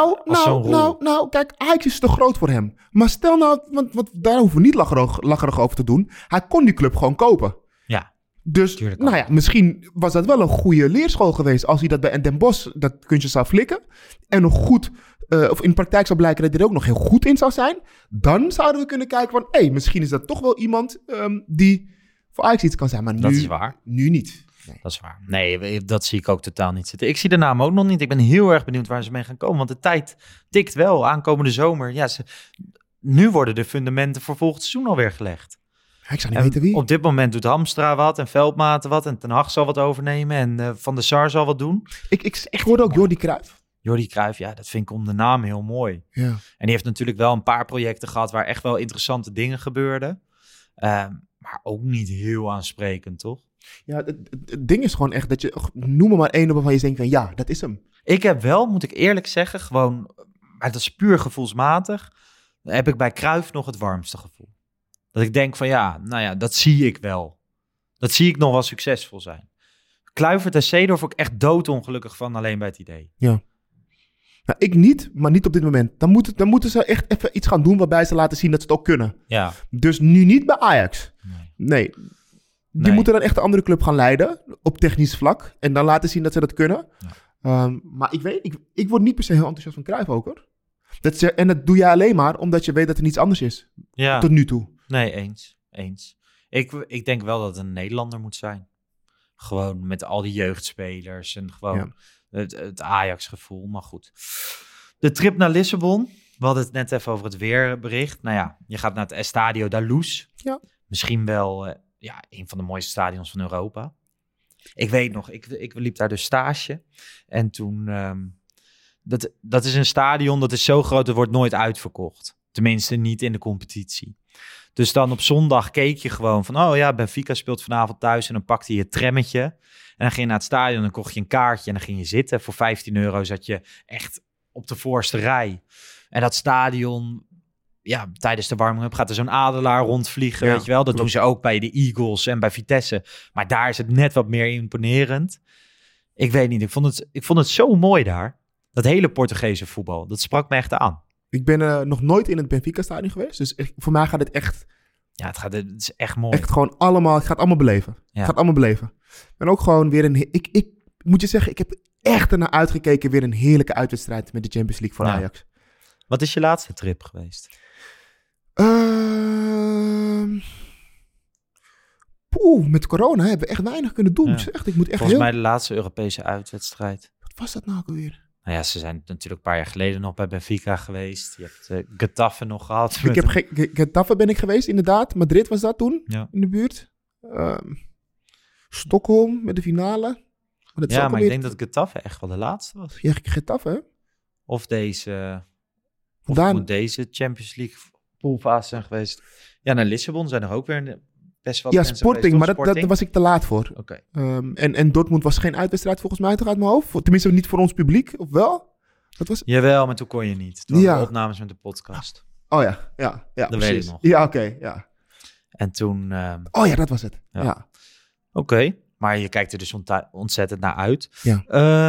kijk, Ajax is te groot voor hem. Maar stel nou, want daar hoeven we niet lacherig over te doen. Hij kon die club gewoon kopen.
Ja.
Dus, misschien was dat wel een goede leerschool geweest... als hij dat bij Den Bosch dat kunstje zou flikken... en nog goed of in de praktijk zou blijken dat hij er ook nog heel goed in zou zijn, dan zouden we kunnen kijken van, misschien is dat toch wel iemand die voor Ajax iets kan zijn. Maar nu,
dat is waar.
Nu niet.
Nee. Dat is waar. Nee, dat zie ik ook totaal niet zitten. Ik zie de naam ook nog niet. Ik ben heel erg benieuwd waar ze mee gaan komen. Want de tijd tikt wel. Aankomende zomer. Ja, nu worden de fundamenten voor volgend seizoen alweer gelegd.
Ik zou niet weten wie.
Op dit moment doet Hamstra wat en Veldmaten wat. En Ten Hag zal wat overnemen. En Van der Sar zal wat doen.
Ik hoorde ook Jordi Cruijff.
Jordi Cruijff, ja, dat vind ik om de naam heel mooi.
Ja.
En die heeft natuurlijk wel een paar projecten gehad waar echt wel interessante dingen gebeurden. Maar ook niet heel aansprekend, toch?
Ja, het ding is gewoon echt dat je... Noem me maar één waarvan je denkt van ja, dat is hem.
Ik heb wel, moet ik eerlijk zeggen, gewoon... Maar dat is puur gevoelsmatig. Dan heb ik bij Cruijff nog het warmste gevoel. Dat ik denk van ja, nou ja, dat zie ik wel. Dat zie ik nog wel succesvol zijn. Kluivert en Seedorf ook echt doodongelukkig van alleen bij het idee.
Ja. Nou, ik niet, maar niet op dit moment. Dan moeten ze echt even iets gaan doen waarbij ze laten zien dat ze het ook kunnen.
Ja.
Dus nu niet bij Ajax. Nee. Die moeten dan echt een andere club gaan leiden op technisch vlak. En dan laten zien dat ze dat kunnen. Ja. Maar ik word niet per se heel enthousiast van Cruijff ook hoor. En dat doe je alleen maar omdat je weet dat er niets anders is. Ja. Tot nu toe.
Nee, eens. Ik denk wel dat het een Nederlander moet zijn. Gewoon met al die jeugdspelers en gewoon het Ajax-gevoel. Maar goed. De trip naar Lissabon. We hadden het net even over het weerbericht. Nou ja, je gaat naar het Estadio da Luz. Ja. Misschien wel een van de mooiste stadions van Europa. Ik weet nog, ik liep daar dus stage. En toen... Dat is een stadion, dat is zo groot, dat wordt nooit uitverkocht. Tenminste, niet in de competitie. Dus dan op zondag keek je gewoon van... oh ja, Benfica speelt vanavond thuis en dan pakte je het trammetje. En dan ging je naar het stadion, dan kocht je een kaartje en dan ging je zitten. Voor €15 zat je echt op de voorste rij. En dat stadion, ja, tijdens de warming-up gaat er zo'n adelaar rondvliegen, weet je wel. Dat doen ze ook bij de Eagles en bij Vitesse. Maar daar is het net wat meer imponerend. Ik weet niet, ik vond het zo mooi daar. Dat hele Portugese voetbal, dat sprak me echt aan.
Ik ben nog nooit in het Benfica-stadion geweest. Dus voor mij gaat het echt...
Ja, het is echt mooi.
Echt gewoon allemaal... Ik ga het allemaal beleven. Ja. Ik ga het allemaal beleven. En ook gewoon weer een... Ik moet je zeggen, ik heb echt ernaar uitgekeken. Weer een heerlijke uitwedstrijd met de Champions League voor Ajax.
Wat is je laatste trip geweest?
Met corona hebben we echt weinig kunnen doen. Ja. Echt, ik moet echt
Volgens mij de laatste Europese uitwedstrijd.
Wat was dat nou ook alweer?
Nou ja, ze zijn natuurlijk een paar jaar geleden nog bij Benfica geweest. Je hebt Getafe nog gehad.
Getafe ben ik geweest, inderdaad. Madrid was dat toen, in de buurt. Stockholm met de finale.
Maar ik denk dat Getafe echt wel de laatste was.
Ja, Getafe, hè?
Of moet deze Champions League poolfase zijn geweest. Ja, naar Lissabon zijn er ook weer best wel
mensen Sporting, geweest, maar daar was ik te laat voor.
Okay.
En Dortmund was geen uitwedstrijd volgens mij, toch uit mijn hoofd? Tenminste, niet voor ons publiek, of wel? Dat was...
Jawel, maar toen kon je niet. Toen hadden we opnames met de podcast.
Oh ja. Dat
precies. Weet ik nog.
Ja, oké, ja.
En toen...
Oh ja, dat was het. Ja.
Oké, maar je kijkt er dus ontzettend naar uit.
Ja.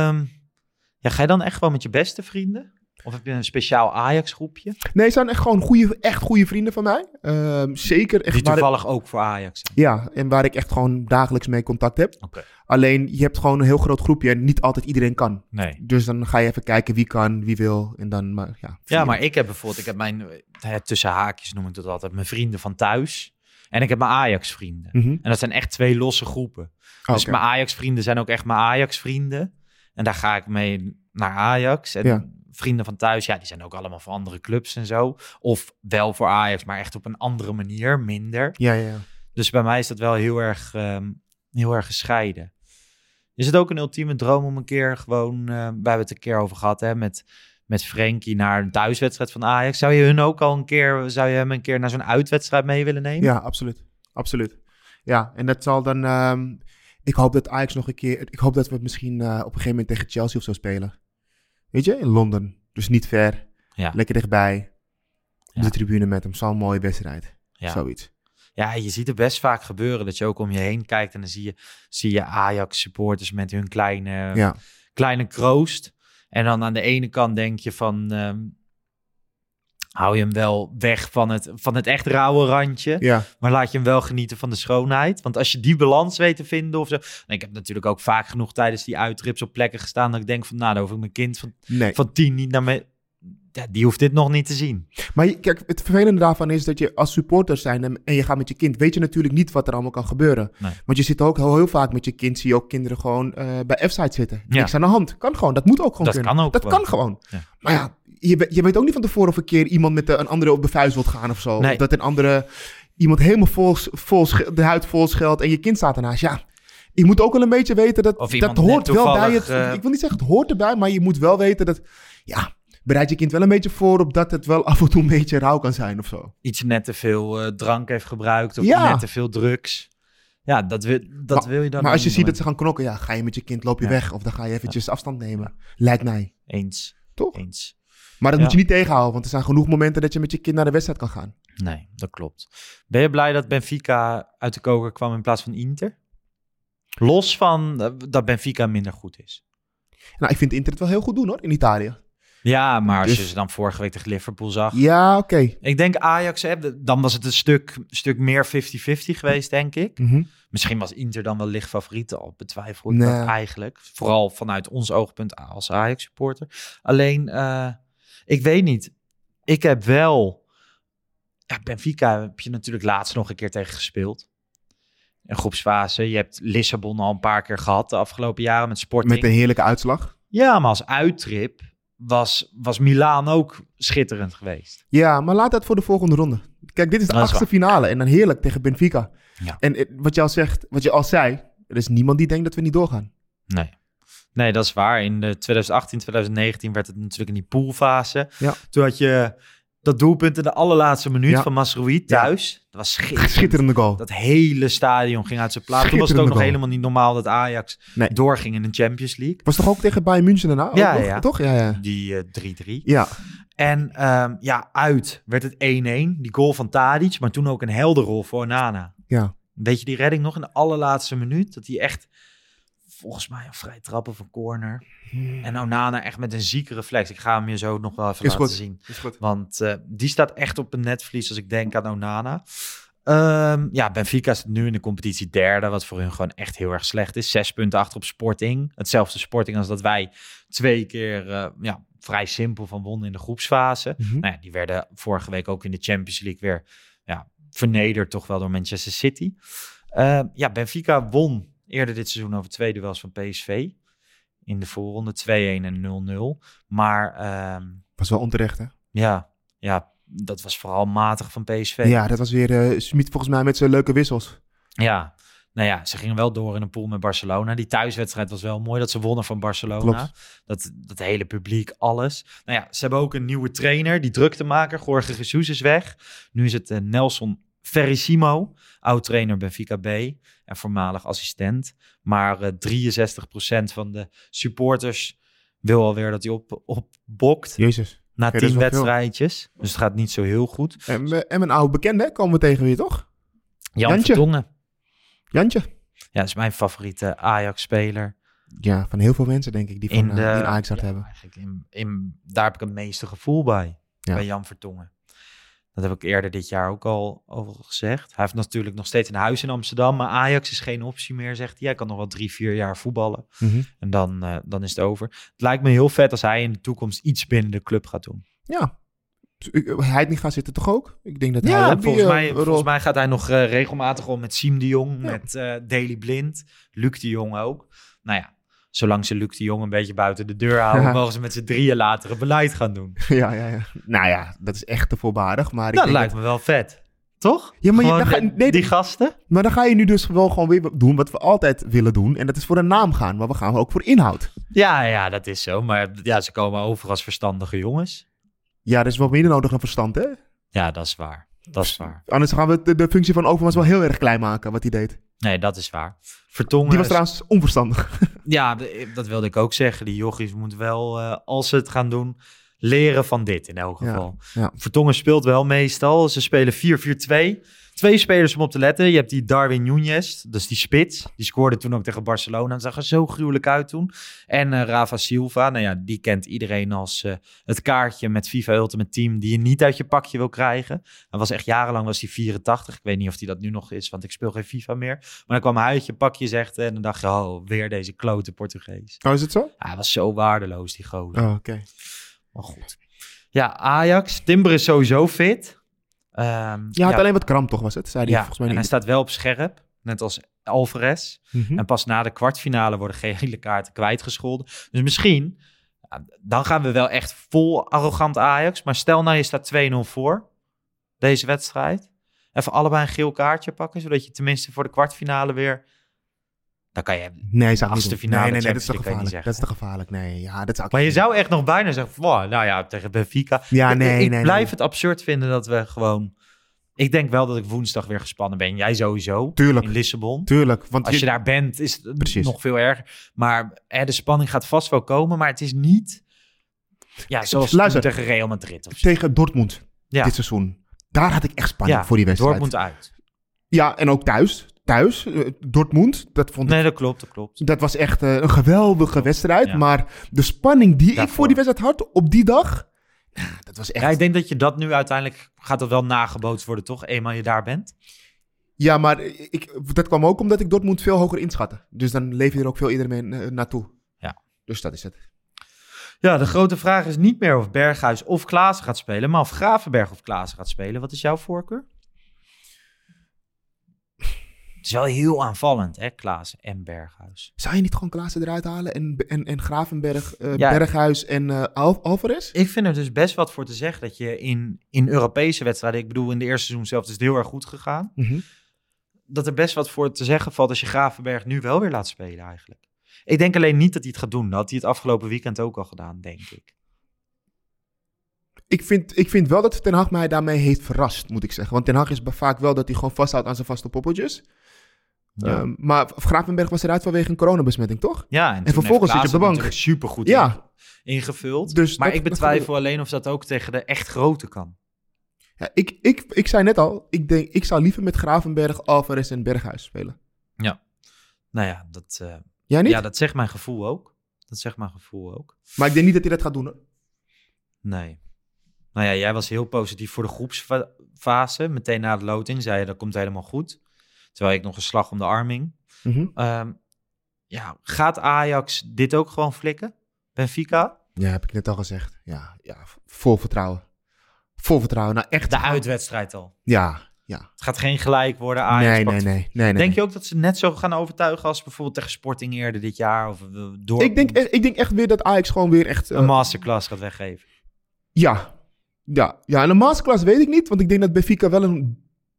Ga je dan echt gewoon met je beste vrienden? Of heb je een speciaal Ajax-groepje?
Nee, het zijn echt gewoon echt goede vrienden van mij. Zeker. Echt
die toevallig ook voor Ajax zijn.
Ja, en waar ik echt gewoon dagelijks mee contact heb.
Okay.
Alleen, je hebt gewoon een heel groot groepje en niet altijd iedereen kan.
Nee.
Dus dan ga je even kijken wie kan, wie wil. En dan,
maar ik heb bijvoorbeeld, mijn, tussen haakjes noem ik dat altijd, mijn vrienden van thuis. En ik heb mijn Ajax-vrienden.
Mm-hmm.
En dat zijn echt 2 losse groepen. Dus mijn Ajax-vrienden zijn ook echt mijn Ajax-vrienden. En daar ga ik mee naar Ajax. En vrienden van thuis, die zijn ook allemaal van andere clubs en zo. Of wel voor Ajax, maar echt op een andere manier, minder.
Ja.
Dus bij mij is dat wel heel erg gescheiden. Is het ook een ultieme droom om een keer gewoon... wij hebben het een keer over gehad, hè, met Frenkie naar een thuiswedstrijd van Ajax. Zou je hem een keer naar zo'n uitwedstrijd mee willen nemen?
Ja, absoluut. Ja, en dat zal dan... ik hoop dat Ajax nog een keer... Ik hoop dat we misschien op een gegeven moment tegen Chelsea of zo spelen. Weet je, in Londen. Dus niet ver.
Ja.
Lekker dichtbij. Op de tribune met hem. Zo'n mooie wedstrijd. Ja. Zoiets.
Ja, je ziet het best vaak gebeuren dat je ook om je heen kijkt en dan zie je Ajax-supporters met hun kleine kroost. En dan aan de ene kant denk je van... hou je hem wel weg van het echt rauwe randje. Maar laat je hem wel genieten van de schoonheid. Want als je die balans weet te vinden of zo... Ik heb natuurlijk ook vaak genoeg tijdens die uittrips op plekken gestaan... dat ik denk van, daar hoef ik mijn kind van 10 niet die hoeft dit nog niet te zien.
Maar kijk, het vervelende daarvan is dat je als supporter zijn en je gaat met je kind, weet je natuurlijk niet wat er allemaal kan gebeuren.
Nee.
Want je zit ook heel vaak met je kind, zie je ook kinderen gewoon bij F-site zitten. Niks aan de hand. Kan gewoon. Dat moet ook gewoon kunnen. Dat kan gewoon. Ja. Maar ja, je weet ook niet van tevoren of een keer iemand met een andere op de vuist wilt gaan of zo.
Nee.
Of dat een andere iemand helemaal de huid vol scheldt en je kind staat ernaast. Ja, je moet ook wel een beetje weten dat hoort wel bij het. Ik wil niet zeggen het hoort erbij, maar je moet wel weten dat, bereid je kind wel een beetje voor op dat het wel af en toe een beetje rauw kan zijn of zo.
Iets net te veel drank heeft gebruikt of net te veel drugs. Ja, dat wil je dan.
Maar als je ziet dat ze gaan knokken, ga je met je kind, loop je weg of dan ga je eventjes afstand nemen. Lijkt mij.
Eens.
Toch?
Eens.
Maar dat moet je niet tegenhouden, want er zijn genoeg momenten dat je met je kind naar de wedstrijd kan gaan.
Nee, dat klopt. Ben je blij dat Benfica uit de koker kwam in plaats van Inter? Los van dat Benfica minder goed is.
Nou, ik vind Inter het wel heel goed doen hoor, in Italië.
Ja, maar als je ze dan vorige week tegen Liverpool zag.
Ja, oké.
Ik denk Ajax, dan was het een stuk meer 50-50 geweest, denk ik.
Mm-hmm.
Misschien was Inter dan wel licht favoriet, al betwijfel ik dat eigenlijk. Vooral vanuit ons oogpunt als Ajax-supporter. Alleen, ik weet niet. Ik heb wel... Ja, Benfica heb je natuurlijk laatst nog een keer tegen gespeeld. Een groepsfase. Je hebt Lissabon al een paar keer gehad de afgelopen jaren met Sporting.
Met een heerlijke uitslag.
Ja, maar als uittrip was Milaan ook schitterend geweest.
Ja, maar laat dat voor de volgende ronde. Kijk, dit is de 8e finale en dan heerlijk tegen Benfica. Ja. En wat je al zei, er is niemand die denkt dat we niet doorgaan.
Nee, dat is waar. In de 2018, 2019 werd het natuurlijk in die poolfase.
Ja.
Toen had je dat doelpunt in de allerlaatste minuut van Mazraoui thuis. Ja. Dat was schitterend.
Schitterende goal.
Dat hele stadion ging uit zijn plaats. Toen was het ook nog helemaal niet normaal dat Ajax doorging in de Champions League.
Was toch ook tegen Bayern München daarna?
Ja.
Toch? Ja.
Die 3-3.
Ja.
En uit werd het 1-1. Die goal van Tadic, maar toen ook een helderrol voor Onana.
Ja.
Weet je die redding nog in de allerlaatste minuut? Dat hij echt, volgens mij, een vrij trappen van corner. En Onana echt met een zieke reflex. Ik ga hem je zo nog wel even laten zien.
Is goed.
Want die staat echt op een netvlies als ik denk aan Onana. Benfica is nu in de competitie derde, wat voor hun gewoon echt heel erg slecht is. 6 punten achter op Sporting. Hetzelfde Sporting als dat wij 2 keer vrij simpel van wonnen in de groepsfase.
Mm-hmm.
Nou ja, die werden vorige week ook in de Champions League weer vernederd toch wel door Manchester City. Benfica won eerder dit seizoen over 2 duels van PSV. In de voorronde 2-1 en 0-0. Maar...
was wel onterecht, hè?
Ja, dat was vooral matig van PSV.
Ja, dat was weer Smit volgens mij met zijn leuke wissels.
Ja, nou ja, ze gingen wel door in een pool met Barcelona. Die thuiswedstrijd was wel mooi dat ze wonnen van Barcelona. Dat hele publiek, alles. Nou ja, ze hebben ook een nieuwe trainer, die druktemaker. Jorge Jesus is weg. Nu is het Nelson Verissimo, oud-trainer Benfica B en voormalig assistent. Maar 63% van de supporters wil alweer dat hij opbokt.
Jezus.
Na 10 wedstrijdjes. Dus het gaat niet zo heel goed.
En mijn oude bekende komen we tegen weer, toch?
Jan Vertongen.
Jantje.
Ja, dat is mijn favoriete Ajax-speler.
Ja, van heel veel mensen denk ik die van die Ajax hart hebben.
Daar heb ik het meeste gevoel bij Jan Vertongen. Dat heb ik eerder dit jaar ook al over gezegd. Hij heeft natuurlijk nog steeds een huis in Amsterdam, maar Ajax is geen optie meer, zegt hij. Hij kan nog wel 3-4 jaar voetballen.
Mm-hmm.
En dan is het over. Het lijkt me heel vet als hij in de toekomst iets binnen de club gaat doen.
Ja. Hij niet gaat zitten toch ook? Ik denk dat
hij volgens mij gaat hij nog regelmatig om met Siem de Jong, met Daley Blind, Luc de Jong ook. Nou ja, zolang ze Luc de Jong een beetje buiten de deur houden, mogen ze met z'n drieën later een beleid gaan doen.
Ja. Nou ja, dat is echt te voorbarig. Maar
dat lijkt me wel vet. Toch?
Ja, maar
die gasten?
Maar dan ga je nu dus wel gewoon weer doen wat we altijd willen doen. En dat is voor een naam gaan. Maar we gaan ook voor inhoud.
Ja, dat is zo. Maar ja, ze komen over als verstandige jongens.
Ja, er is wel meer nodig dan verstand, hè?
Ja, dat is waar.
Anders gaan we de functie van Overmars wel heel erg klein maken, wat hij deed.
Nee, dat is waar. Vertongen...
Die was trouwens onverstandig.
Ja, dat wilde ik ook zeggen. Die jochies moeten wel, als ze het gaan doen, leren van dit in elk geval.
Ja.
Vertongen speelt wel meestal. Ze spelen 4-4-2. 2 spelers om op te letten. Je hebt die Darwin Núñez, dus die spits. Die scoorde toen ook tegen Barcelona. Dat zag er zo gruwelijk uit toen. En Rafa Silva, nou ja, die kent iedereen als het kaartje met FIFA Ultimate Team die je niet uit je pakje wil krijgen. Hij was echt jarenlang was hij 84. Ik weet niet of hij dat nu nog is, want ik speel geen FIFA meer. Maar dan kwam hij uit je pakje, zegt en dan dacht je, oh, weer deze klote Portugees.
Oh, is het zo?
Ja, hij was zo waardeloos, die gozer.
Oh, oké.
Maar goed. Ja, Ajax. Timber is sowieso fit.
Had alleen wat kramp toch, was het? Zei hij volgens mij niet.
En hij staat wel op scherp, net als Alvarez.
Mm-hmm.
En pas na de kwartfinale worden gele kaarten kwijtgescholden. Dus misschien, dan gaan we wel echt vol arrogant Ajax. Maar stel nou, je staat 2-0 voor deze wedstrijd. Even allebei een geel kaartje pakken, zodat je tenminste voor de kwartfinale weer... Dan kan je achtste finale...
Nee, dat is te gevaarlijk. Dat is te gevaarlijk. Nee, ja, dat zou ik
maar je zou echt nog bijna zeggen... Wow, nou ja, tegen Benfica.
Ja,
ik blijf het absurd vinden dat we gewoon... Ik denk wel dat ik woensdag weer gespannen ben. Jij sowieso.
Tuurlijk.
In Lissabon.
Tuurlijk. Want
als je daar bent, is het nog veel erger. Maar de spanning gaat vast wel komen. Maar het is niet... Ja, zoals tegen Real Madrid. Of zo.
Tegen Dortmund dit seizoen. Daar had ik echt spanning voor die wedstrijd.
Dortmund uit.
Ja, en ook thuis. Dortmund, dat vond ik...
Nee, dat klopt.
Dat was echt een geweldige wedstrijd. Ja. Maar de spanning die ik voor die wedstrijd had op die dag... dat was echt...
Ja, ik denk dat je dat nu uiteindelijk... Gaat dat wel nagebootst worden, toch? Eenmaal je daar bent.
Ja, maar dat kwam ook omdat ik Dortmund veel hoger inschatte. Dus dan leef je er ook veel eerder mee naartoe.
Ja.
Dus dat is het.
Ja, de grote vraag is niet meer of Berghuis of Klaassen gaat spelen... maar of Gravenberch of Klaassen gaat spelen. Wat is jouw voorkeur? Het is wel heel aanvallend, hè, Klaassen en Berghuis.
Zou je niet gewoon Klaassen eruit halen en Gravenberch, Berghuis en Alvarez?
Ik vind er dus best wat voor te zeggen dat je in Europese wedstrijden... Ik bedoel, in de eerste seizoen zelf is het heel erg goed gegaan.
Mm-hmm.
Dat er best wat voor te zeggen valt als je Gravenberch nu wel weer laat spelen eigenlijk. Ik denk alleen niet dat hij het gaat doen. Dat had hij het afgelopen weekend ook al gedaan, denk ik.
Ik vind wel dat Ten Hag mij daarmee heeft verrast, moet ik zeggen. Want Ten Hag is vaak wel dat hij gewoon vasthoudt aan zijn vaste poppeltjes. Ja. Maar Gravenberch was eruit vanwege een coronabesmetting, toch?
Ja,
en vervolgens zit je op de bank.
Supergoed ingevuld.
Dus
maar ik betwijfel alleen of dat ook tegen de echt grote kan.
Ja, ik zei net al, ik zou liever met Gravenberch, Alvarez en Berghuis spelen.
Ja, nou ja, dat...
Jij niet?
Ja, dat zegt mijn gevoel ook.
Maar ik denk niet dat hij dat gaat doen, hoor.
Nee. Nou ja, jij was heel positief voor de groepsfase. Meteen na de loting zei je, dat komt helemaal goed. Terwijl ik nog een slag om de arming.
Mm-hmm.
Gaat Ajax dit ook gewoon flikken? Benfica?
Ja, heb ik net al gezegd. Ja, vol vertrouwen. Vol vertrouwen. Nou, echt.
De uitwedstrijd al.
Ja.
Het gaat geen gelijk worden. Ajax
Nee.
Denk je ook dat ze net zo gaan overtuigen als bijvoorbeeld tegen Sporting eerder dit jaar? Of door?
Ik denk echt weer dat Ajax gewoon weer echt...
een masterclass gaat weggeven.
Ja, en een masterclass weet ik niet. Want ik denk dat Benfica wel een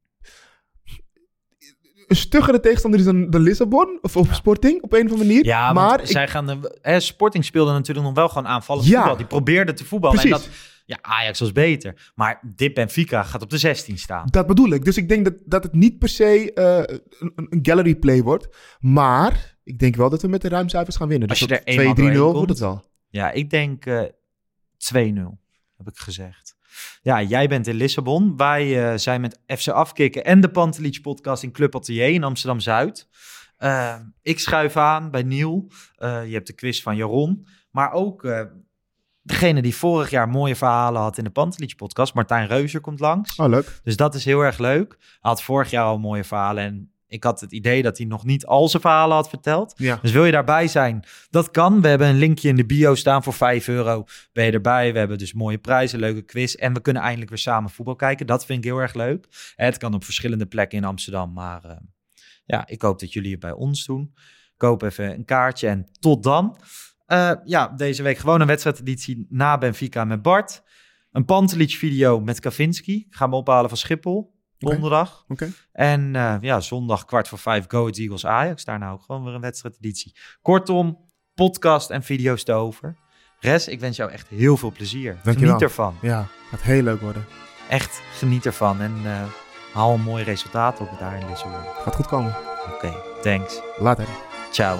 stuggere tegenstander is dan Lissabon of Sporting op een of andere manier.
Ja, maar zij gaan Sporting speelde natuurlijk nog wel gewoon aanvallend voetbal. Die probeerde te voetballen.
Precies.
En Ajax was beter. Maar dit Benfica gaat op de 16 staan.
Dat bedoel ik. Dus ik denk dat het niet per se een gallery play wordt. Maar ik denk wel dat we met de ruimcijfers gaan winnen.
Als
dus
je er
2-3-0 wordt het wel.
Ja, ik denk 2-0, heb ik gezegd. Ja, jij bent in Lissabon. Wij zijn met FC Afkikken en de Pantelic podcast in Club Atelier in Amsterdam-Zuid. Ik schuif aan bij Niel. Je hebt de quiz van Jaron. Maar ook degene die vorig jaar mooie verhalen had in de Pantelic podcast. Martijn Reuser komt langs.
Oh, leuk.
Dus dat is heel erg leuk. Hij had vorig jaar al mooie verhalen en ik had het idee dat hij nog niet al zijn verhalen had verteld.
Ja.
Dus wil je daarbij zijn? Dat kan. We hebben een linkje in de bio staan voor €5. Ben je erbij? We hebben dus mooie prijzen, leuke quiz. En we kunnen eindelijk weer samen voetbal kijken. Dat vind ik heel erg leuk. Het kan op verschillende plekken in Amsterdam. Maar ik hoop dat jullie het bij ons doen. Koop even een kaartje en tot dan. Deze week gewoon een wedstrijdeditie na Benfica met Bart. Een Pantelic video met Kavinski. Ik ga hem ophalen van Schiphol. Donderdag.
Okay.
En zondag 4:15 Go Ahead Eagles Ajax. Daarna ook gewoon weer een wedstrijdeditie. Kortom, podcast en video's te over. Res, ik wens jou echt heel veel plezier. Geniet ervan.
Ja, gaat heel leuk worden.
Echt, geniet ervan. En haal een mooi resultaat op daar in Lissabon.
Gaat goed komen.
Oké, thanks.
Later.
Ciao.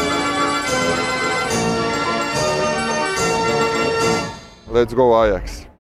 Let's go Ajax.